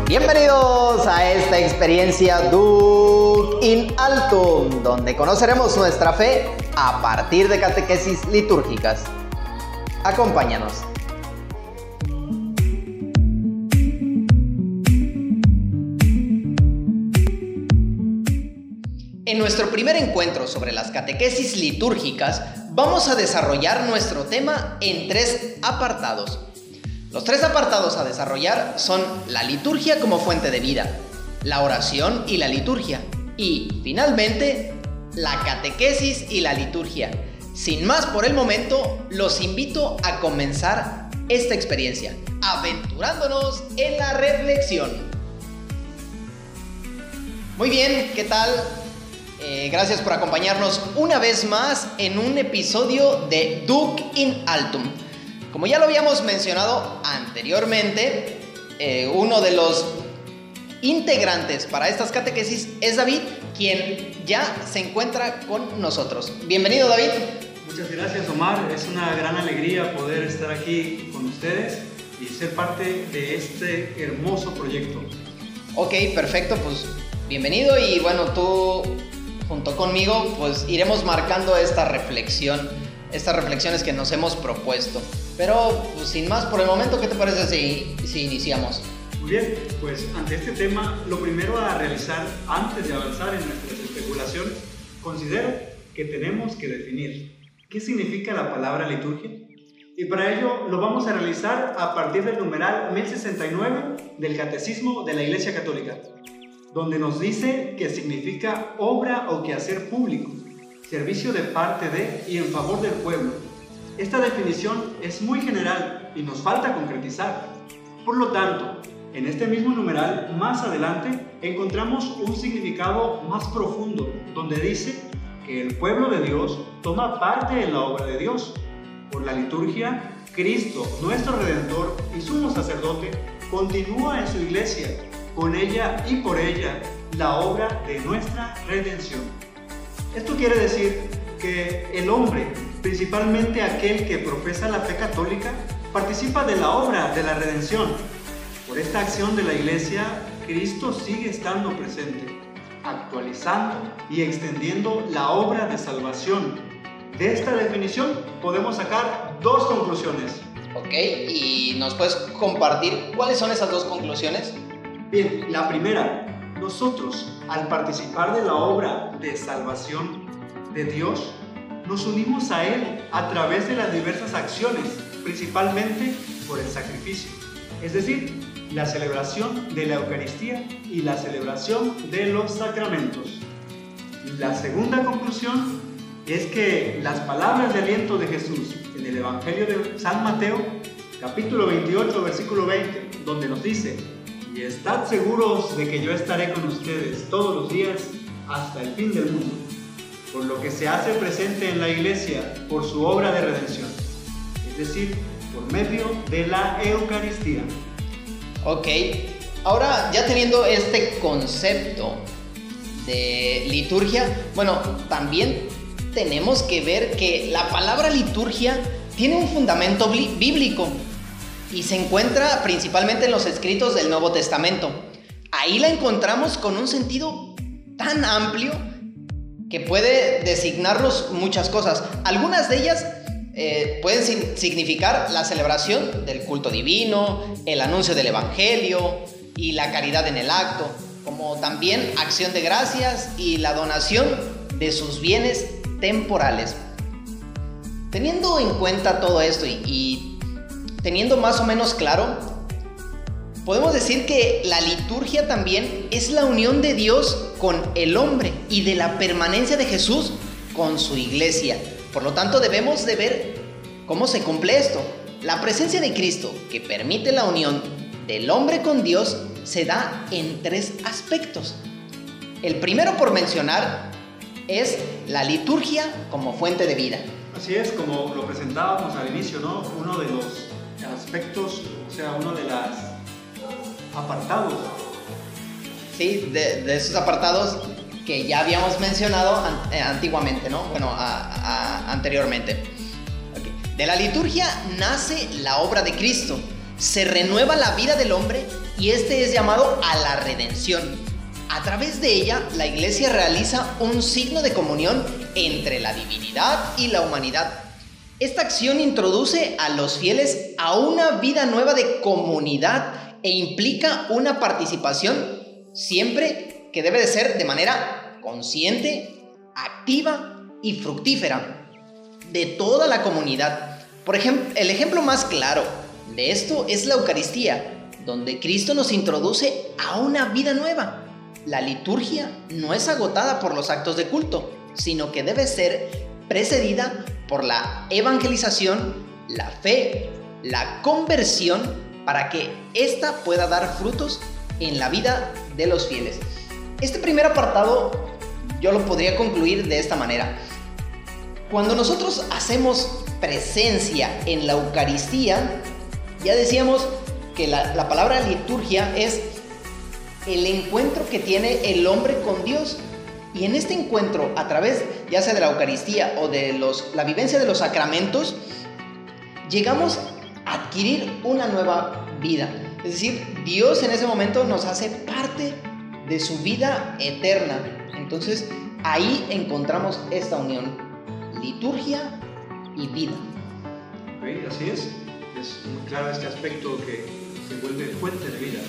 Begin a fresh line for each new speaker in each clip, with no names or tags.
Bienvenidos a esta experiencia Duc in Altum, donde conoceremos nuestra fe a partir de catequesis litúrgicas. Acompáñanos. En nuestro primer encuentro sobre las catequesis litúrgicas, vamos a desarrollar nuestro tema en 3 apartados. Los 3 apartados a desarrollar son la liturgia como fuente de vida, la oración y la liturgia, y, finalmente, la catequesis y la liturgia. Sin más por el momento, los invito a comenzar esta experiencia, aventurándonos en la reflexión. Muy bien, ¿qué tal? Gracias por acompañarnos una vez más en un episodio de Duc in Altum. Como ya lo habíamos mencionado anteriormente, uno de los integrantes para estas catequesis es David, quien ya se encuentra con nosotros. Bienvenido, David.
Muchas gracias, Omar. Es una gran alegría poder estar aquí con ustedes y ser parte de este hermoso proyecto.
Ok, perfecto, pues bienvenido y bueno, tú junto conmigo pues iremos marcando estas reflexiones que nos hemos propuesto. Pero pues, sin más por el momento, ¿qué te parece si iniciamos?
Muy bien, pues ante este tema, lo primero a realizar antes de avanzar en nuestras especulaciones, considero que tenemos que definir qué significa la palabra liturgia. Y para ello lo vamos a realizar a partir del numeral 1069 del Catecismo de la Iglesia Católica, donde nos dice que significa obra o quehacer público, servicio de parte de y en favor del pueblo. Esta definición es muy general y nos falta concretizar. Por lo tanto, en este mismo numeral, más adelante, encontramos un significado más profundo, donde dice que el pueblo de Dios toma parte en la obra de Dios. Por la liturgia, Cristo, nuestro Redentor y sumo sacerdote, continúa en su iglesia, con ella y por ella, la obra de nuestra redención. Esto quiere decir que el hombre, principalmente aquel que profesa la fe católica, participa de la obra de la redención. Por esta acción de la Iglesia, Cristo sigue estando presente, actualizando y extendiendo la obra de salvación. De esta definición podemos sacar 2 conclusiones.
Ok, ¿y nos puedes compartir cuáles son esas 2 conclusiones?
Bien, la primera, nosotros, al participar de la obra de salvación de Dios, nos unimos a Él a través de las diversas acciones, principalmente por el sacrificio, es decir, la celebración de la Eucaristía y la celebración de los sacramentos. La segunda conclusión es que las palabras de aliento de Jesús en el Evangelio de San Mateo, capítulo 28, versículo 20, donde nos dice: y estad seguros de que yo estaré con ustedes todos los días hasta el fin del mundo, por lo que se hace presente en la Iglesia por su obra de redención, es decir, por medio de la Eucaristía.
Ok, ahora ya teniendo este concepto de liturgia, bueno, también tenemos que ver que la palabra liturgia tiene un fundamento bíblico y se encuentra principalmente en los escritos del Nuevo Testamento. Ahí la encontramos con un sentido tan amplio que puede designarnos muchas cosas. Algunas de ellas pueden significar la celebración del culto divino, el anuncio del Evangelio y la caridad en el acto, como también acción de gracias y la donación de sus bienes temporales. Teniendo en cuenta todo esto y teniendo más o menos claro, podemos decir que la liturgia también es la unión de Dios con el hombre y de la permanencia de Jesús con su iglesia. Por lo tanto, debemos de ver cómo se cumple esto. La presencia de Cristo, que permite la unión del hombre con Dios, se da en 3 aspectos. El primero por mencionar es la liturgia como fuente de vida.
Así es, como lo presentábamos al inicio, ¿no? Uno de los aspectos, o sea, uno de los apartados.
Sí, de esos apartados que ya habíamos mencionado antiguamente, ¿no? Bueno, anteriormente. Okay. De la liturgia nace la obra de Cristo. Se renueva la vida del hombre y este es llamado a la redención. A través de ella, la Iglesia realiza un signo de comunión entre la divinidad y la humanidad. Esta acción introduce a los fieles a una vida nueva de comunidad e implica una participación siempre que debe de ser de manera consciente, activa y fructífera de toda la comunidad. Por ejemplo, el ejemplo más claro de esto es la Eucaristía, donde Cristo nos introduce a una vida nueva. La liturgia no es agotada por los actos de culto, sino que debe ser precedida por la evangelización, la fe, la conversión, para que ésta pueda dar frutos en la vida de los fieles. Este primer apartado yo lo podría concluir de esta manera. Cuando nosotros hacemos presencia en la Eucaristía, ya decíamos que la palabra liturgia es el encuentro que tiene el hombre con Dios. Y en este encuentro, a través ya sea de la Eucaristía o de la vivencia de los sacramentos, llegamos a adquirir una nueva vida. Es decir, Dios en ese momento nos hace parte de su vida eterna. Entonces, ahí encontramos esta unión, liturgia y vida.
Okay, así es muy claro este aspecto que se vuelve fuente de vida.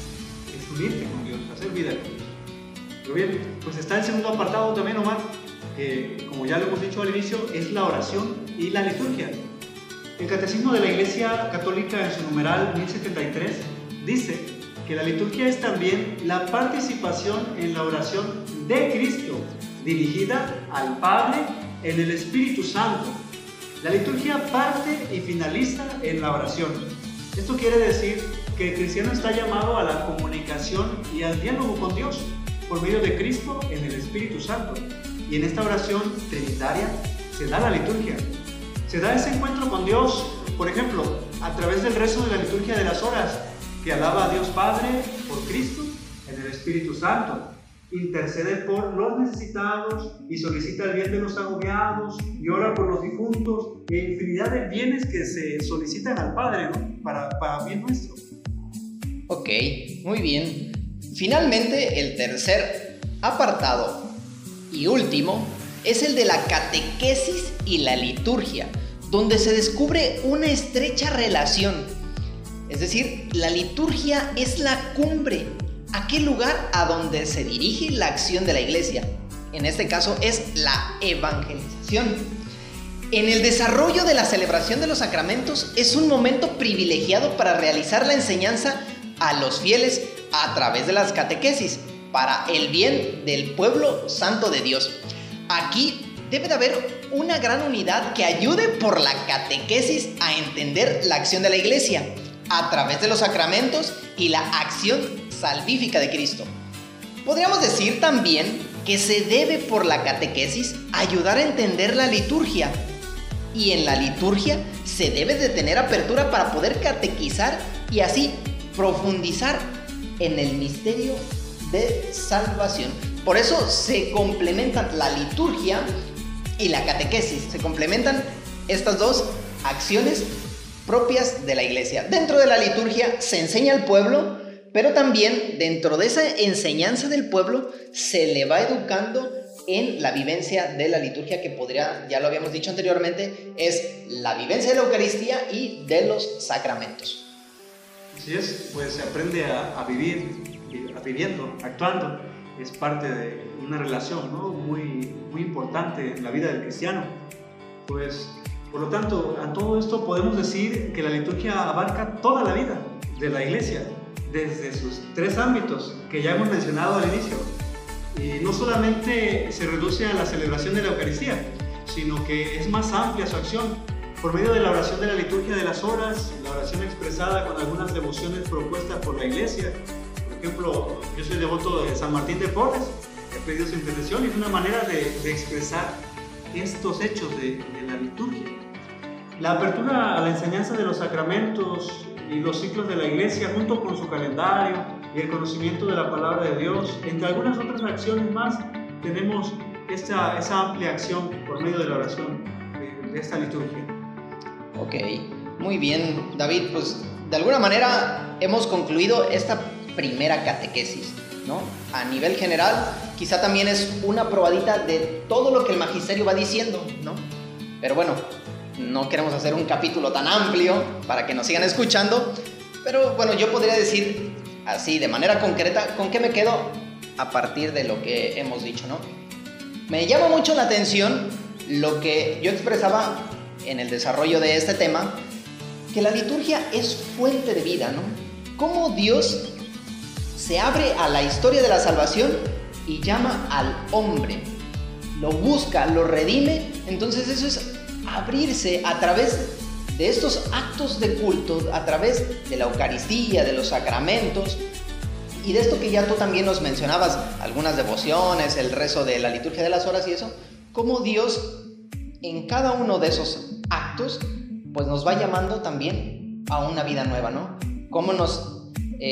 Es unirte con Dios, hacer vida con Dios. Pero bien, pues está el segundo apartado también, Omar, que como ya lo hemos dicho al inicio, es la oración y la liturgia. El Catecismo de la Iglesia Católica en su numeral 1073 dice que la liturgia es también la participación en la oración de Cristo, dirigida al Padre en el Espíritu Santo. La liturgia parte y finaliza en la oración. Esto quiere decir que el cristiano está llamado a la comunicación y al diálogo con Dios por medio de Cristo en el Espíritu Santo. Y en esta oración trinitaria se da la liturgia. Se da ese encuentro con Dios, por ejemplo, a través del rezo de la liturgia de las horas, que alaba a Dios Padre por Cristo en el Espíritu Santo. Intercede por los necesitados y solicita el bien de los agobiados y ora por los difuntos e infinidad de bienes que se solicitan al Padre, ¿no? para bien nuestro.
Ok, muy bien. Finalmente, el tercer apartado y último es el de la catequesis y la liturgia, donde se descubre una estrecha relación. Es decir, la liturgia es la cumbre, aquel lugar a donde se dirige la acción de la Iglesia. En este caso es la evangelización. En el desarrollo de la celebración de los sacramentos es un momento privilegiado para realizar la enseñanza a los fieles a través de las catequesis para el bien del pueblo santo de Dios. Aquí debe de haber una gran unidad que ayude por la catequesis a entender la acción de la Iglesia a través de los sacramentos y la acción salvífica de Cristo. Podríamos decir también que se debe por la catequesis ayudar a entender la liturgia, y en la liturgia se debe de tener apertura para poder catequizar y así profundizar en el misterio de salvación. Por eso se complementan la liturgia y la catequesis, se complementan estas dos acciones propias de la Iglesia. Dentro de la liturgia se enseña al pueblo, pero también dentro de esa enseñanza del pueblo se le va educando en la vivencia de la liturgia, que podría, ya lo habíamos dicho anteriormente, es la vivencia de la Eucaristía y de los sacramentos.
Así es, pues se aprende a vivir, viviendo, actuando. Es parte de una relación, ¿no? muy importante en la vida del cristiano. Pues, por lo tanto, a todo esto podemos decir que la liturgia abarca toda la vida de la Iglesia, desde sus tres ámbitos que ya hemos mencionado al inicio. Y no solamente se reduce a la celebración de la Eucaristía, sino que es más amplia su acción. Por medio de la oración de la liturgia de las horas, la oración expresada con algunas devociones propuestas por la Iglesia. Por ejemplo, yo soy devoto de San Martín de Porres, he pedido su intercesión, y es una manera de expresar estos hechos de la liturgia. La apertura a la enseñanza de los sacramentos y los ciclos de la Iglesia, junto con su calendario y el conocimiento de la palabra de Dios, entre algunas otras acciones más, tenemos esa amplia acción por medio de la oración de esta liturgia.
Ok, Muy bien, David, pues de alguna manera hemos concluido esta primera catequesis, ¿no? A nivel general, quizá también es una probadita de todo lo que el magisterio va diciendo, ¿no? Pero bueno, no queremos hacer un capítulo tan amplio para que nos sigan escuchando, pero bueno, yo podría decir así de manera concreta con qué me quedo a partir de lo que hemos dicho, ¿no? Me llama mucho la atención lo que yo expresaba en el desarrollo de este tema, que la liturgia es fuente de vida, ¿no? Cómo Dios se abre a la historia de la salvación y llama al hombre, lo busca, lo redime. Entonces eso es abrirse a través de estos actos de culto, a través de la Eucaristía, de los sacramentos y de esto que ya tú también nos mencionabas, algunas devociones, el rezo de la liturgia de las horas y eso, cómo Dios en cada uno de esos actos pues nos va llamando también a una vida nueva, ¿no? Cómo nos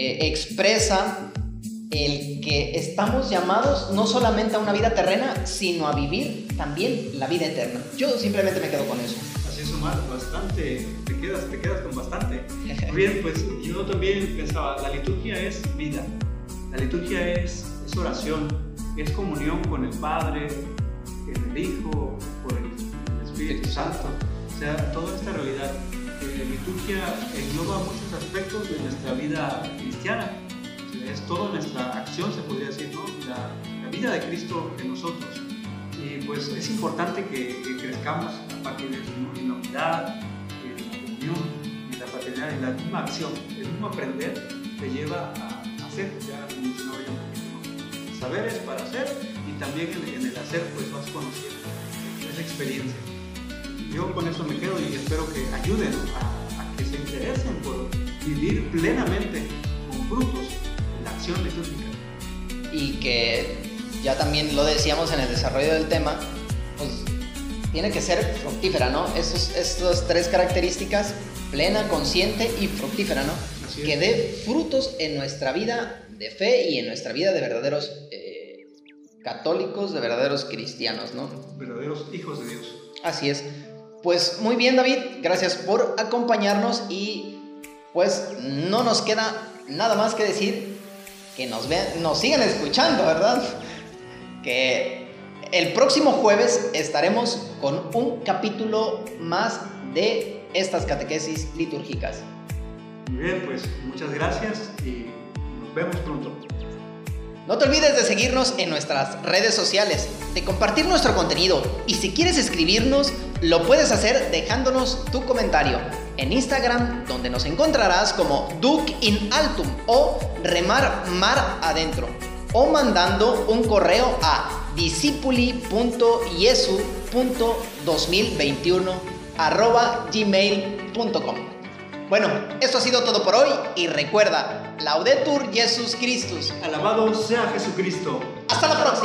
expresa el que estamos llamados no solamente a una vida terrena, sino a vivir también la vida eterna. Yo simplemente me quedo con eso.
Así es, Omar, bastante, te quedas con bastante. Muy bien, pues yo también pensaba, la liturgia es vida, la liturgia es oración, es comunión con el Padre, el Hijo, con el Espíritu Santo. O sea, toda esta realidad, la liturgia engloba muchos aspectos de nuestra vida cristiana. O sea, es toda nuestra acción, se podría decir, ¿no? La vida de Cristo en nosotros. Y pues es importante que crezcamos a partir de eso, ¿no? En la unidad, en la comunión, en la fraternidad, en la misma acción. El mismo aprender te lleva a hacer, ya mencionaba yo un poquito, ¿no? Saber es para hacer y también en el hacer pues vas conociendo esa experiencia. Yo con eso me quedo y espero que ayuden a que se interesen por vivir plenamente con frutos en la acción litúrgica.
Y que ya también lo decíamos en el desarrollo del tema, pues tiene que ser fructífera, ¿no? Estas tres características, plena, consciente y fructífera, ¿no? Que dé frutos en nuestra vida de fe y en nuestra vida de verdaderos católicos, de verdaderos cristianos, ¿no?
Verdaderos hijos de Dios.
Así es. Pues muy bien, David, gracias por acompañarnos y pues no nos queda nada más que decir que nos sigan escuchando, ¿verdad? Que el próximo jueves estaremos con un capítulo más de estas catequesis litúrgicas.
Muy bien, pues muchas gracias y nos vemos pronto.
No te olvides de seguirnos en nuestras redes sociales, de compartir nuestro contenido y si quieres escribirnos, lo puedes hacer dejándonos tu comentario en Instagram, donde nos encontrarás como Duc in Altum o Remar Mar Adentro, o mandando un correo a discipuli.jesu.2021@gmail.com. Bueno, esto ha sido todo por hoy y recuerda, Laudetur Jesus Christus.
Alabado sea Jesucristo.
Hasta la próxima.